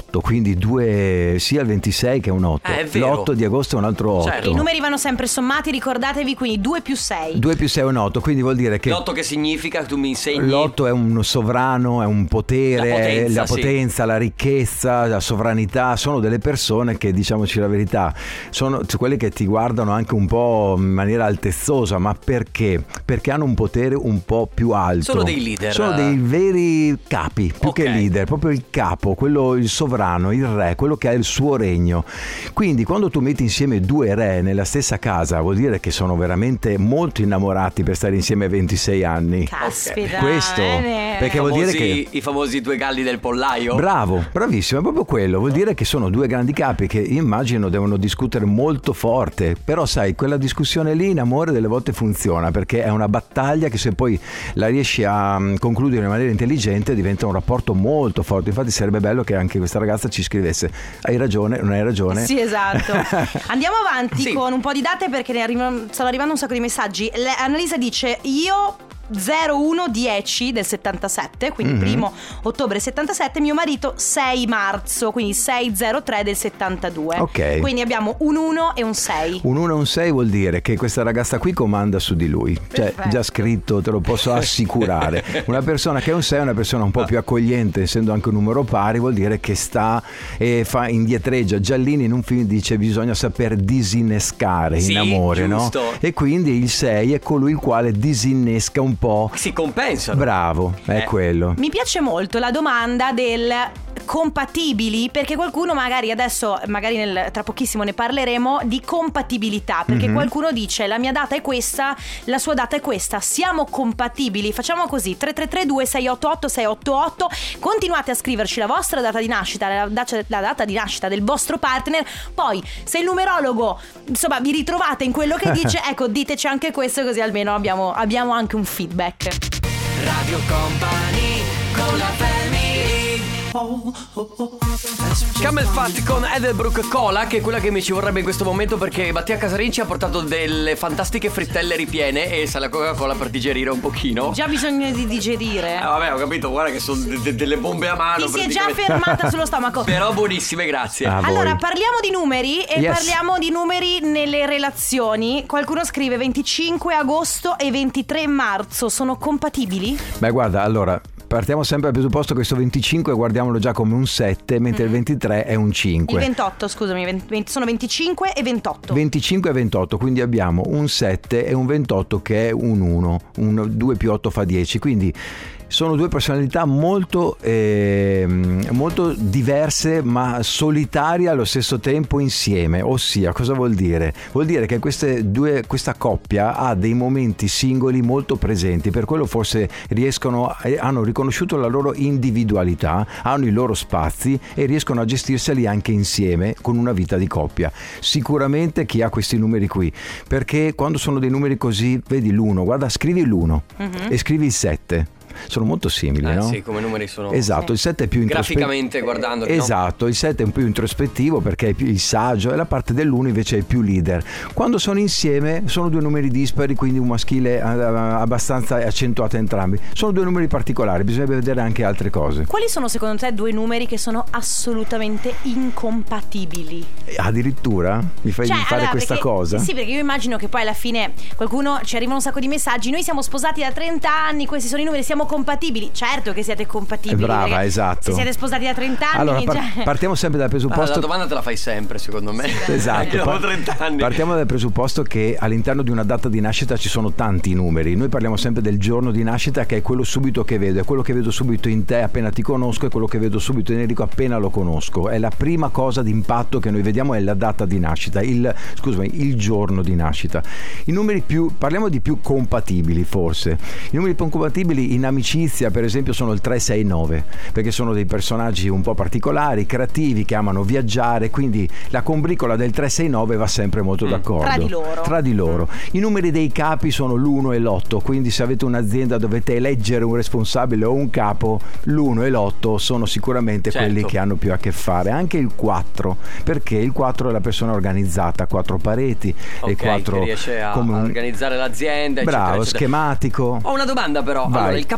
l'otto, quindi due, sia il ventisei che un otto. Eh, è vero. L'otto di agosto è un altro otto. Certo. I numeri vanno sempre sommati, ricordatevi, quindi due più sei. due più sei è un otto, quindi vuol dire che L'otto che significa? Tu mi insegni. l'otto è un sovrano, è un potere, La potenza, la, sì. potenza, la ricchezza, la sovranità. Sono delle persone che, diciamoci la verità, sono quelle che ti guardano anche un po' in maniera altezzosa. Ma perché? Perché hanno un potere un po' più alto. Sono dei leader. Sono dei veri capi, più Ok. che leader, proprio il capo, quello, il sovrano, il re, quello che ha il suo regno. Quindi quando tu metti insieme due re nella stessa casa, vuol dire che sono veramente molto innamorati per stare insieme a ventisei anni. Caspita. Questo, bene. perché vuol dire che I famosi due galli del pollaio. bravo, bravissimo, è proprio quello. Vuol dire che sono due grandi capi che immagino devono discutere molto forte. Però sai, quella discussione lì in amore delle volte funziona, perché è una battaglia che se poi la riesci a mm, concludere in maniera intelligente diventa un rapporto molto forte. Infatti sarebbe bello che anche questa ragazza ci scrivesse: hai ragione, non hai ragione. Sì, esatto. Andiamo avanti Sì. con un po' di date, perché ne arrivano, stanno arrivando un sacco di messaggi. Le- Annalisa dice: io zero uno dieci del settantasette, quindi Mhm. primo ottobre settantasette, mio marito sei marzo, quindi sei zero tre del settantadue. Ok. Quindi abbiamo un uno e un sei. Un uno e un sei vuol dire che questa ragazza qui comanda su di lui. Cioè, Perfetto. già scritto, te lo posso assicurare. Una persona che è un sei è una persona un po' più accogliente, essendo anche un numero pari, vuol dire che sta e fa indietreggia. Giallini in un film dice: bisogna saper disinnescare Sì, in amore, giusto. no? E quindi il sei è colui il quale disinnesca un po'. Si compensano. Bravo, è Eh. quello. Mi piace molto la domanda del compatibili, perché qualcuno magari adesso, magari nel, tra pochissimo ne parleremo di compatibilità, perché Mhm. qualcuno dice: la mia data è questa, la sua data è questa, siamo compatibili? Facciamo così: tre tre tre due sei otto otto sei otto otto. Continuate a scriverci la vostra data di nascita, la data, la data di nascita del vostro partner. Poi se il numerologo, insomma, vi ritrovate in quello che dice, ecco, diteci anche questo, così almeno abbiamo, abbiamo anche un feedback. Radio Company con la family. Camel Fat con Edelbrook Cola, che è quella che mi ci vorrebbe in questo momento, perché Mattia Casarin ci ha portato delle fantastiche frittelle ripiene e sa la Coca-Cola per digerire un pochino. Già bisogna di digerire. Eh, vabbè, ho capito, guarda che sono de- de- delle bombe a mano. Ti si è già praticamente. fermata sullo stomaco. Però buonissime, grazie. Ah, voi. Allora, parliamo di numeri e Yes. parliamo di numeri nelle relazioni. Qualcuno scrive venticinque agosto e ventitré marzo sono compatibili? Beh, guarda, allora partiamo sempre dal presupposto che questo venticinque guardiamolo già come un sette, mentre il ventitré è un Il cinque. ventotto, scusami, venti sono venticinque e ventotto. venticinque e ventotto, quindi abbiamo un sette e un ventotto che è un uno, un due più otto fa dieci, quindi sono due personalità molto, eh, molto diverse ma solitarie allo stesso tempo insieme. Ossia, cosa vuol dire? Vuol dire che queste due, questa coppia ha dei momenti singoli molto presenti, per quello forse riescono, eh, hanno riconosciuto la loro individualità, hanno i loro spazi e riescono a gestirseli anche insieme con una vita di coppia. Sicuramente chi ha questi numeri qui, perché quando sono dei numeri così, vedi l'uno, guarda, scrivi l'uno Mhm. e scrivi il sette. Sono molto simili, Eh, no? sì, come numeri sono. Esatto, il sette è più introspettivo. Graficamente guardandoli, no? Esatto, il sette è un più introspettivo perché è più il saggio e la parte dell'uno invece è più leader. Quando sono insieme sono due numeri dispari, quindi un maschile eh, abbastanza accentuato entrambi. Sono due numeri particolari, bisognerebbe vedere anche altre cose. Quali sono secondo te due numeri che sono assolutamente incompatibili? Addirittura mi fai Cioè, fare allora, questa perché- cosa? Sì, perché io immagino che poi alla fine qualcuno, ci arrivano un sacco di messaggi: noi siamo sposati da trenta anni, questi sono i numeri, siamo compatibili. Certo che siete compatibili. Brava, perché esatto. Se siete sposati da trenta anni, Allora, par- cioè- partiamo sempre dal Ah, presupposto. la domanda te la fai sempre, secondo me. Esatto, Dopo par- trenta anni. partiamo dal presupposto che all'interno di una data di nascita ci sono tanti numeri. Noi parliamo sempre del giorno di nascita, che è quello subito che vedo, è quello che vedo subito in te appena ti conosco, è quello che vedo subito in Enrico appena lo conosco. È la prima cosa d'impatto che noi vediamo, è la data di nascita, il scusami, il giorno di nascita. I numeri più, parliamo di più compatibili forse. I numeri più compatibili in amicizia, per esempio, sono il tre sei nove, perché sono dei personaggi un po' particolari, creativi, che amano viaggiare, quindi la combricola del tre sei nove va sempre molto d'accordo. Tra di loro. Tra di loro. I numeri dei capi sono l'uno e l'otto, quindi se avete un'azienda dovete eleggere un responsabile o un capo, l'uno e l'otto sono sicuramente Certo. quelli che hanno più a che fare. Anche il quattro, perché il quattro è la persona organizzata, quattro pareti, e Ok, quattro che riesce a, come a un- organizzare l'azienda, eccetera, bravo, eccetera. schematico. Ho una domanda però. Vai. Allora, il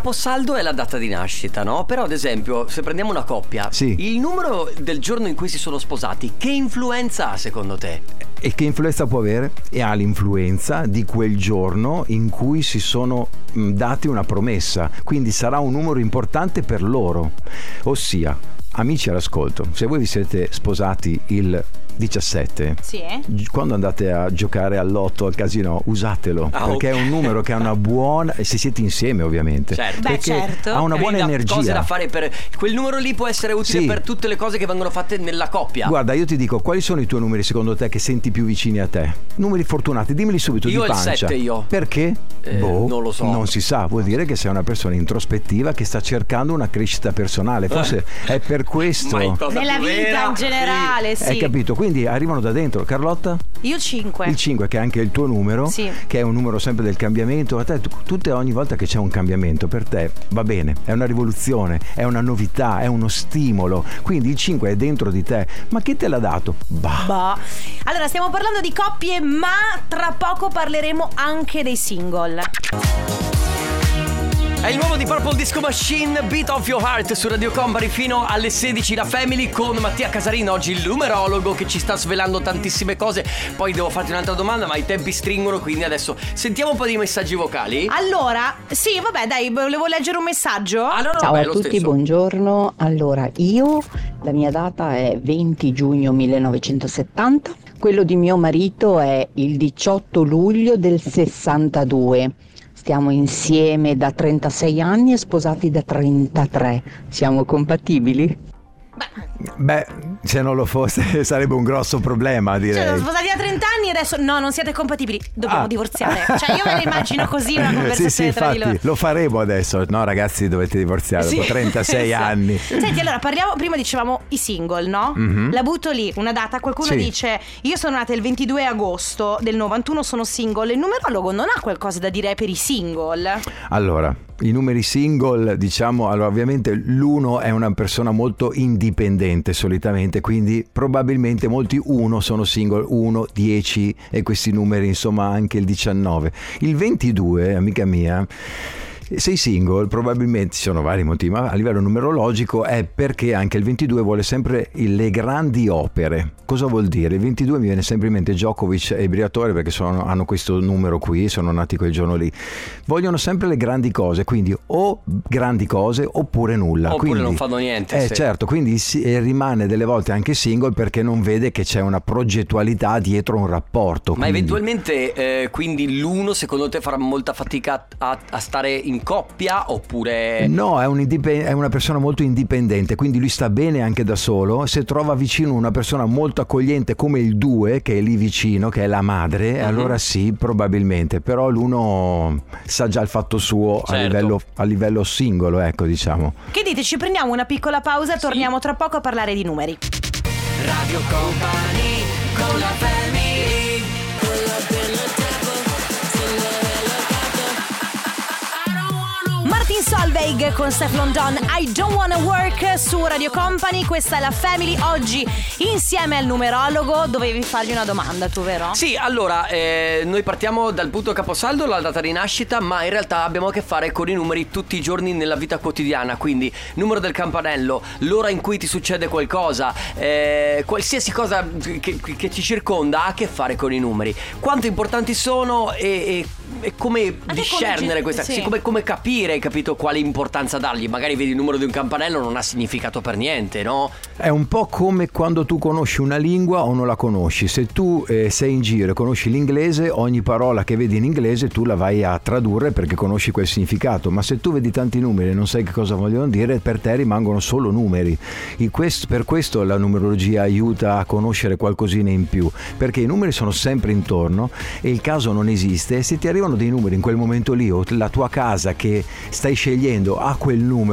caposaldo è la data di nascita, no? Però ad esempio, se prendiamo una coppia, sì. il numero del giorno in cui si sono sposati, che influenza ha secondo te? E che influenza può avere? E ha l'influenza di quel giorno in cui si sono mh, dati una promessa, quindi sarà un numero importante per loro. Ossia, amici all'ascolto, se voi vi siete sposati il diciassette, sì. quando andate a giocare all'otto al casino usatelo, ah, perché okay. è un numero che ha una buona, e se siete insieme ovviamente, certo. Beh, perché certo. ha una buona da energia, cose da fare per quel numero lì, può essere utile sì. per tutte le cose che vengono fatte nella coppia. Guarda, io ti dico, quali sono i tuoi numeri secondo te che senti più vicini a te? Numeri fortunati, dimmeli subito. Io di pancia. il sette io. Perché? Eh, boh, non lo so. Non si sa, vuol dire che sei una persona introspettiva che sta cercando una crescita personale, forse è per questo. Ma in cosa nella più vita vera? in generale, sì. Hai capito? Quindi arrivano da dentro. Carlotta? Io cinque. Il cinque, che è anche il tuo numero, sì. che è un numero sempre del cambiamento. A te, tu, tutte ogni volta che c'è un cambiamento per te va bene, è una rivoluzione, è una novità, è uno stimolo. Quindi il cinque è dentro di te. Ma chi te l'ha dato? Bah. Bah. Allora, stiamo parlando di coppie, ma tra poco parleremo anche dei single. È il nuovo di Purple Disco Machine, Beat of Your Heart su Radio Company fino alle sedici, la Family con Mattia Casarino, oggi il numerologo che ci sta svelando tantissime cose. Poi devo farti un'altra domanda, ma i tempi stringono, quindi adesso sentiamo un po' di messaggi vocali. Allora, sì, vabbè, dai, volevo leggere un messaggio. Ah, no, no, Ciao vabbè, a lo tutti, stesso. buongiorno. Allora, io, la mia data è venti giugno millenovecentosettanta, quello di mio marito è il diciotto luglio del sessantadue. Stiamo insieme da trentasei anni e sposati da trentatré. Siamo compatibili? Beh, se non lo fosse sarebbe un grosso problema, direi. Cioè, sono sposati da trenta anni e adesso no, non siete compatibili, dobbiamo Ah. divorziare. Cioè, io me la immagino così una conversazione sì, sì, tra di infatti, loro. lo faremo adesso. No, ragazzi, dovete divorziare Sì, dopo trentasei esatto. anni. Senti, allora parliamo, prima dicevamo i single, no? Mhm. La butto lì, una data, qualcuno Sì. dice io sono nata il ventidue agosto del novantuno, sono single. Il numerologo non ha qualcosa da dire per i single? Allora, i numeri single, diciamo, allora ovviamente l'uno è una persona molto indipendente solitamente, quindi probabilmente molti uno sono single, uno, dieci e questi numeri, insomma anche il diciannove. Il ventidue, amica mia, sei single, probabilmente ci sono vari motivi, ma a livello numerologico è perché anche il ventidue vuole sempre le grandi opere. Cosa vuol dire? Il ventidue mi viene sempre in mente Djokovic e Briatore, perché sono, hanno questo numero qui, sono nati quel giorno lì. Vogliono sempre le grandi cose, quindi o grandi cose oppure nulla. Oppure quindi, non fanno niente. Eh sì. certo, quindi si, eh, rimane delle volte anche single perché non vede che c'è una progettualità dietro un rapporto. Ma quindi... eventualmente eh, quindi l'uno secondo te farà molta fatica a, a stare in coppia oppure... No, è, un indip- è una persona molto indipendente, quindi lui sta bene anche da solo. Se trova vicino una persona molto accogliente come il due, che è lì vicino, che è la madre, Mhm. allora sì, probabilmente. Però l'uno sa già il fatto suo a, Certo. livello, a livello singolo, ecco, diciamo. Che dite, ci prendiamo una piccola pausa, torniamo tra poco a parlare di numeri. Radio Company con la Family. Martin Solveig con Stefflon Don, I Don't Wanna Work su Radio Company. Questa è la Family, oggi insieme al numerologo. Dovevi fargli una domanda tu, vero? Sì, allora eh, noi partiamo dal punto caposaldo, la data di nascita, ma in realtà abbiamo a che fare con i numeri tutti i giorni nella vita quotidiana. Quindi numero del campanello, l'ora in cui ti succede qualcosa, eh, qualsiasi cosa che, che ci circonda ha a che fare con i numeri. Quanto importanti sono e, e, e come discernere gi- questa sì. sì, come, come capire, capito, quale importanza dargli. Magari vedi il numero di un campanello, non ha significato per niente, no? È un po' come quando tu conosci una lingua o non la conosci. Se tu eh, sei in giro e conosci l'inglese, ogni parola che vedi in inglese tu la vai a tradurre perché conosci quel significato. Ma se tu vedi tanti numeri e non sai che cosa vogliono dire, per te rimangono solo numeri. In questo, per questo la numerologia aiuta a conoscere qualcosina in più, perché i numeri sono sempre intorno e il caso non esiste. E se ti arrivano dei numeri in quel momento lì, o la tua casa che stai scegliendo ha quel numero,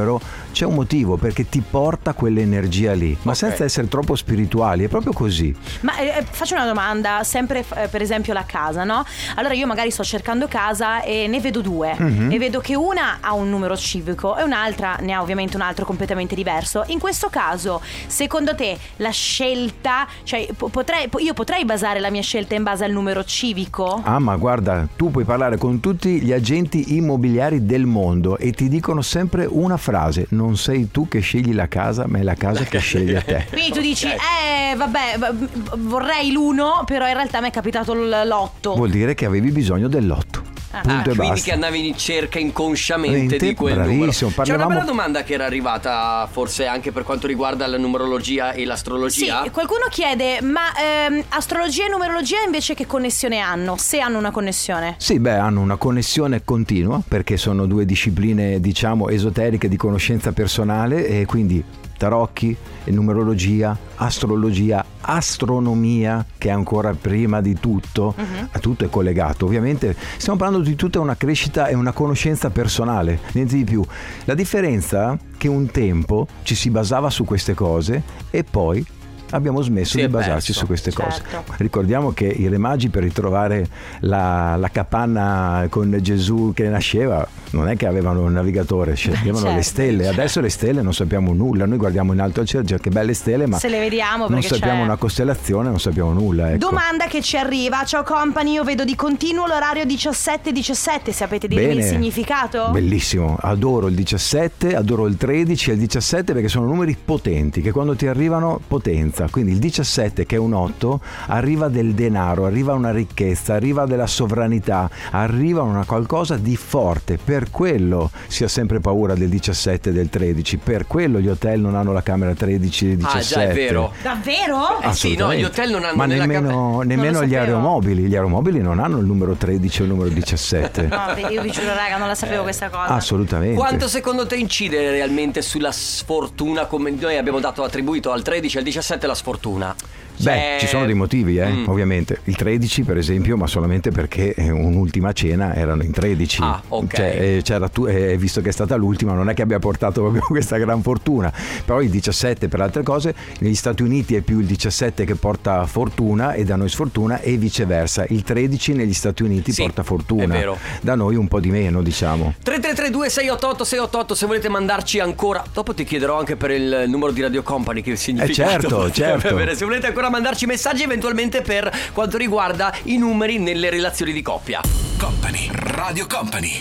c'è un motivo, perché ti porta quell'energia lì, ma okay. senza essere troppo spirituali, è proprio così. Ma eh, faccio una domanda, sempre eh, per esempio la casa, no? Allora io magari sto cercando casa e ne vedo due, mm-hmm. e vedo che una ha un numero civico e un'altra ne ha ovviamente un altro completamente diverso. In questo caso, secondo te la scelta, cioè potrei, io potrei basare la mia scelta in base al numero civico? Ah, ma guarda, tu puoi parlare con tutti gli agenti immobiliari del mondo e ti dicono sempre una frase: non sei tu che scegli la casa, ma è la casa che sceglie te. Quindi tu dici, eh vabbè, vorrei l'uno, però in realtà mi è capitato l'otto. Vuol dire che avevi bisogno dell'otto. Ah, Punto e quindi basta. che andavi in cerca inconsciamente Te, di quel bravissimo, numero. parlavamo... C'è una bella domanda che era arrivata, forse anche per quanto riguarda la numerologia e l'astrologia. Sì, qualcuno chiede, ma ehm, astrologia e numerologia invece che connessione hanno? Se hanno una connessione? Sì, beh, hanno una connessione continua, perché sono due discipline, diciamo, esoteriche di conoscenza personale, e quindi tarocchi, numerologia, astrologia, astronomia, che è ancora prima di tutto, uh-huh. a tutto è collegato. Ovviamente stiamo parlando di tutta una crescita e una conoscenza personale, niente di più. La differenza è che un tempo ci si basava su queste cose e poi abbiamo smesso si di basarci perso. su queste cose. Certo. Ricordiamo che i Re Magi, per ritrovare la, la capanna con Gesù che nasceva, non è che avevano un navigatore, sceglievano certo, le stelle. certo. Adesso le stelle non sappiamo nulla, noi guardiamo in alto al cielo, che belle stelle, ma se le vediamo non perché sappiamo c'è... una costellazione, non sappiamo nulla, ecco. Domanda che ci arriva: ciao company, io vedo di continuo l'orario diciassette diciassette, sapete dirmi il significato? Bellissimo, adoro il diciassette, adoro il tredici e il diciassette, perché sono numeri potenti che quando ti arrivano potenza. Quindi il diciassette, che è un otto, arriva del denaro, arriva una ricchezza, arriva della sovranità, arriva una qualcosa di forte. Per quello si ha sempre paura del diciassette e del tredici, per quello gli hotel non hanno la camera tredici e diciassette. Ah, già, è vero. Davvero? Eh sì, no, gli hotel non hanno ma nella nemmeno, camera... nemmeno gli aeromobili, gli aeromobili non hanno il numero tredici o il numero diciassette. No, io vi giuro raga, non la sapevo questa cosa. Assolutamente. Quanto secondo te incide realmente sulla sfortuna, come noi abbiamo dato attribuito al tredici e al diciassette la sfortuna? Beh, cioè... ci sono dei motivi, eh, mm. ovviamente. Il tredici, per esempio, ma solamente perché un'ultima cena erano in tredici. Ah, ok. Cioè, eh, c'era tu, eh, visto che è stata l'ultima, non è che abbia portato proprio questa gran fortuna. Però il diciassette, per altre cose, negli Stati Uniti è più il diciassette che porta fortuna e da noi sfortuna, e viceversa. Il tredici negli Stati Uniti sì, porta fortuna. È vero. Da noi un po' di meno, diciamo. tre tre tre due sei otto otto sei otto otto se volete mandarci ancora. Dopo ti chiederò anche per il numero di Radio Company che significa. Eh certo, certo. Se volete ancora mandarci messaggi eventualmente per quanto riguarda i numeri nelle relazioni di coppia. Company, Radio Company.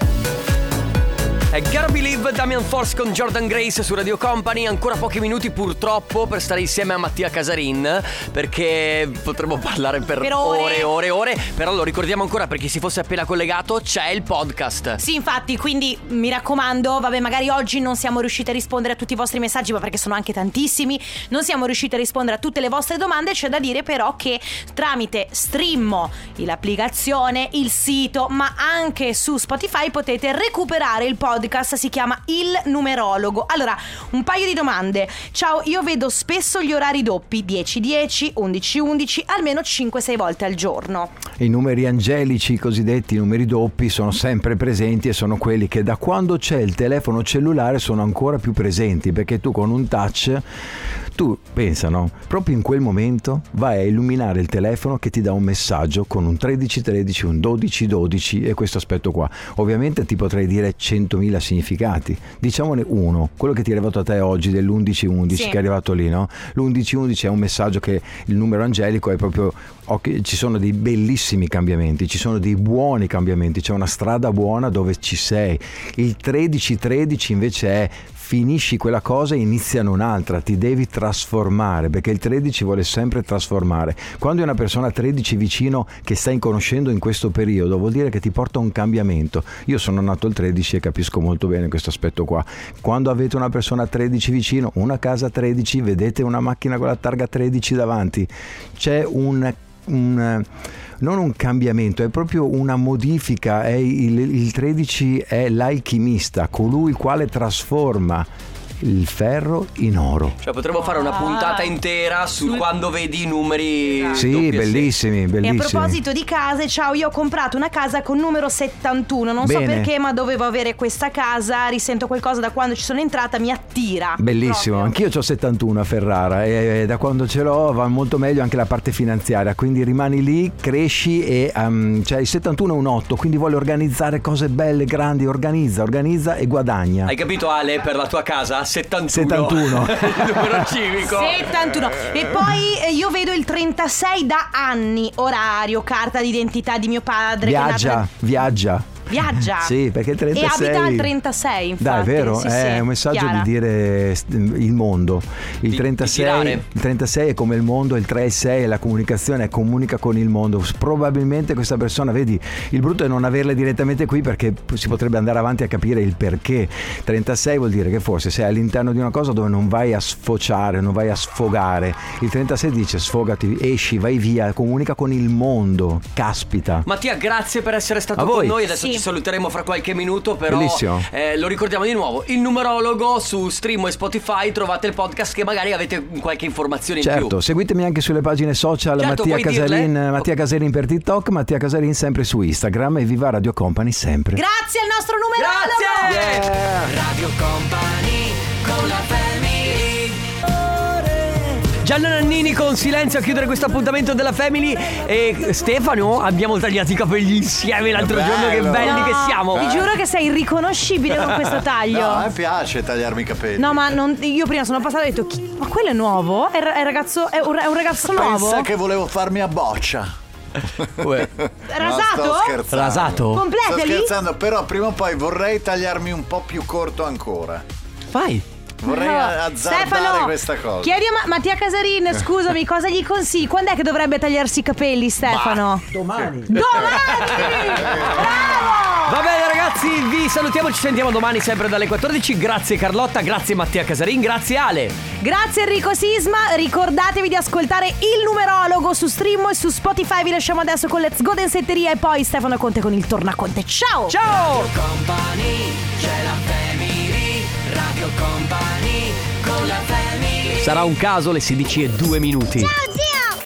È Gotta Believe, Damian Force con Jordan Grace su Radio Company. Ancora pochi minuti purtroppo per stare insieme a Mattia Casarin, perché potremmo parlare per, per ore e ore. ore e ore. Però lo ricordiamo ancora, per chi si fosse appena collegato, c'è il podcast. Sì, infatti, quindi mi raccomando, vabbè, magari oggi non siamo riusciti a rispondere a tutti i vostri messaggi, ma perché sono anche tantissimi, non siamo riusciti a rispondere a tutte le vostre domande. C'è da dire però che tramite Streammo, l'applicazione, il sito, ma anche su Spotify potete recuperare il podcast. Si chiama Il Numerologo. Allora, un paio di domande. Ciao, io vedo spesso gli orari doppi, dieci dieci, undici undici, almeno cinque sei volte al giorno. I numeri angelici, i cosiddetti numeri doppi, sono sempre presenti e sono quelli che da quando c'è il telefono cellulare sono ancora più presenti, perché tu con un touch, tu pensa, no? Proprio in quel momento vai a illuminare il telefono che ti dà un messaggio con un tredici tredici, un dodici dodici e questo aspetto qua. Ovviamente ti potrei dire centomila significati, diciamone uno, quello che ti è arrivato a te oggi dell'undici undici, sì, che è arrivato lì, no? L'undici undici è un messaggio che il numero angelico è proprio, okay, ci sono dei bellissimi cambiamenti, ci sono dei buoni cambiamenti, c'è una strada buona dove ci sei. Il tredici tredici invece è: finisci quella cosa e iniziano un'altra, ti devi trasformare, perché il tredici vuole sempre trasformare. Quando è una persona tredici vicino che stai conoscendo in questo periodo, vuol dire che ti porta un cambiamento. Io sono nato il tredici e capisco molto bene questo aspetto qua. Quando avete una persona tredici vicino, una casa tredici, vedete una macchina con la targa tredici davanti, c'è un... un non un cambiamento, è proprio una modifica. È il, il tredici è l'alchimista, colui quale trasforma il ferro in oro. Cioè potremmo fare una puntata intera su quando vedi i numeri. Sì, doppio bellissimi, E a bellissimi. proposito di case, ciao, io ho comprato una casa con numero settantuno. Non so Bene. perché, ma dovevo avere questa casa. Risento qualcosa da quando ci sono entrata, mi attira. Bellissimo, anch'io ho settantuno a Ferrara e da quando ce l'ho va molto meglio anche la parte finanziaria, quindi rimani lì, cresci e um, cioè il settantuno è un otto, quindi vuole organizzare cose belle, grandi, organizza, organizza e guadagna. Hai capito, Ale, per la tua casa? settantuno. settantuno. Il numero civico. settantuno. E poi eh, io vedo il trentasei da anni, orario, carta d'identità di mio padre. Viaggia, che è nato- viaggia. Viaggia. Sì, perché il trentasei. E abita al trentasei, infatti. Dai, è vero, Sì, è sì, un messaggio Chiara. di dire st- il mondo. Il Di- trentasei, di tirare. il trentasei è come il mondo, il tre e il sei è la comunicazione, comunica con il mondo. Probabilmente questa persona, vedi, il brutto è non averle direttamente qui perché si potrebbe andare avanti a capire il perché. trentasei vuol dire che forse sei all'interno di una cosa dove non vai a sfociare, non vai a sfogare. Il trentasei dice sfogati, esci, vai via, comunica con il mondo. Caspita. Mattia, grazie per essere stato A con voi. noi. Adesso Sì. ci saluteremo fra qualche minuto, però Bellissimo. eh, lo ricordiamo di nuovo. Il numerologo su Stream e Spotify, trovate il podcast che magari avete qualche informazione in Certo, più. seguitemi anche sulle pagine social. Certo, Mattia puoi Casarin, dirle? Mattia Casarin per TikTok, Mattia Casarin sempre su Instagram e viva Radio Company sempre. Grazie al nostro numerologo. Grazie. Radio Company con la family. Gianna Nannini con Silenzio a chiudere questo appuntamento della Family. E Stefano, abbiamo tagliato i capelli insieme l'altro Che giorno. Che bello. belli No, che siamo. Ti giuro che sei irriconoscibile con questo taglio. No, a me piace tagliarmi i capelli. No, ma non- io prima sono passata e ho detto, chi- ma quello è nuovo? È, è, ragazzo, è, un, è un ragazzo nuovo? Pensa che volevo farmi a boccia. Rasato? No, sto scherzando. Rasato? Completali? Sto scherzando, però prima o poi vorrei tagliarmi un po' più corto ancora. Vai. Vorrei No. azzardare Stefano, questa cosa. chiedi a Ma- Mattia Casarin, scusami, cosa gli consigli? Quando è che dovrebbe tagliarsi i capelli, Stefano? Domani. Domani! Bravo! Va bene ragazzi, vi salutiamo, ci sentiamo domani sempre dalle quattordici. Grazie Carlotta, grazie Mattia Casarin, grazie Ale. Grazie Enrico Sisma, ricordatevi di ascoltare il numerologo su Stream e su Spotify. Vi lasciamo adesso con Let's Go Densetteria e poi Stefano Conte con il Tornaconte. Ciao! Ciao! Radio Company, c'è la family. Radio Company con la family. Sarà un caso le sedici e due minuti. Ciao,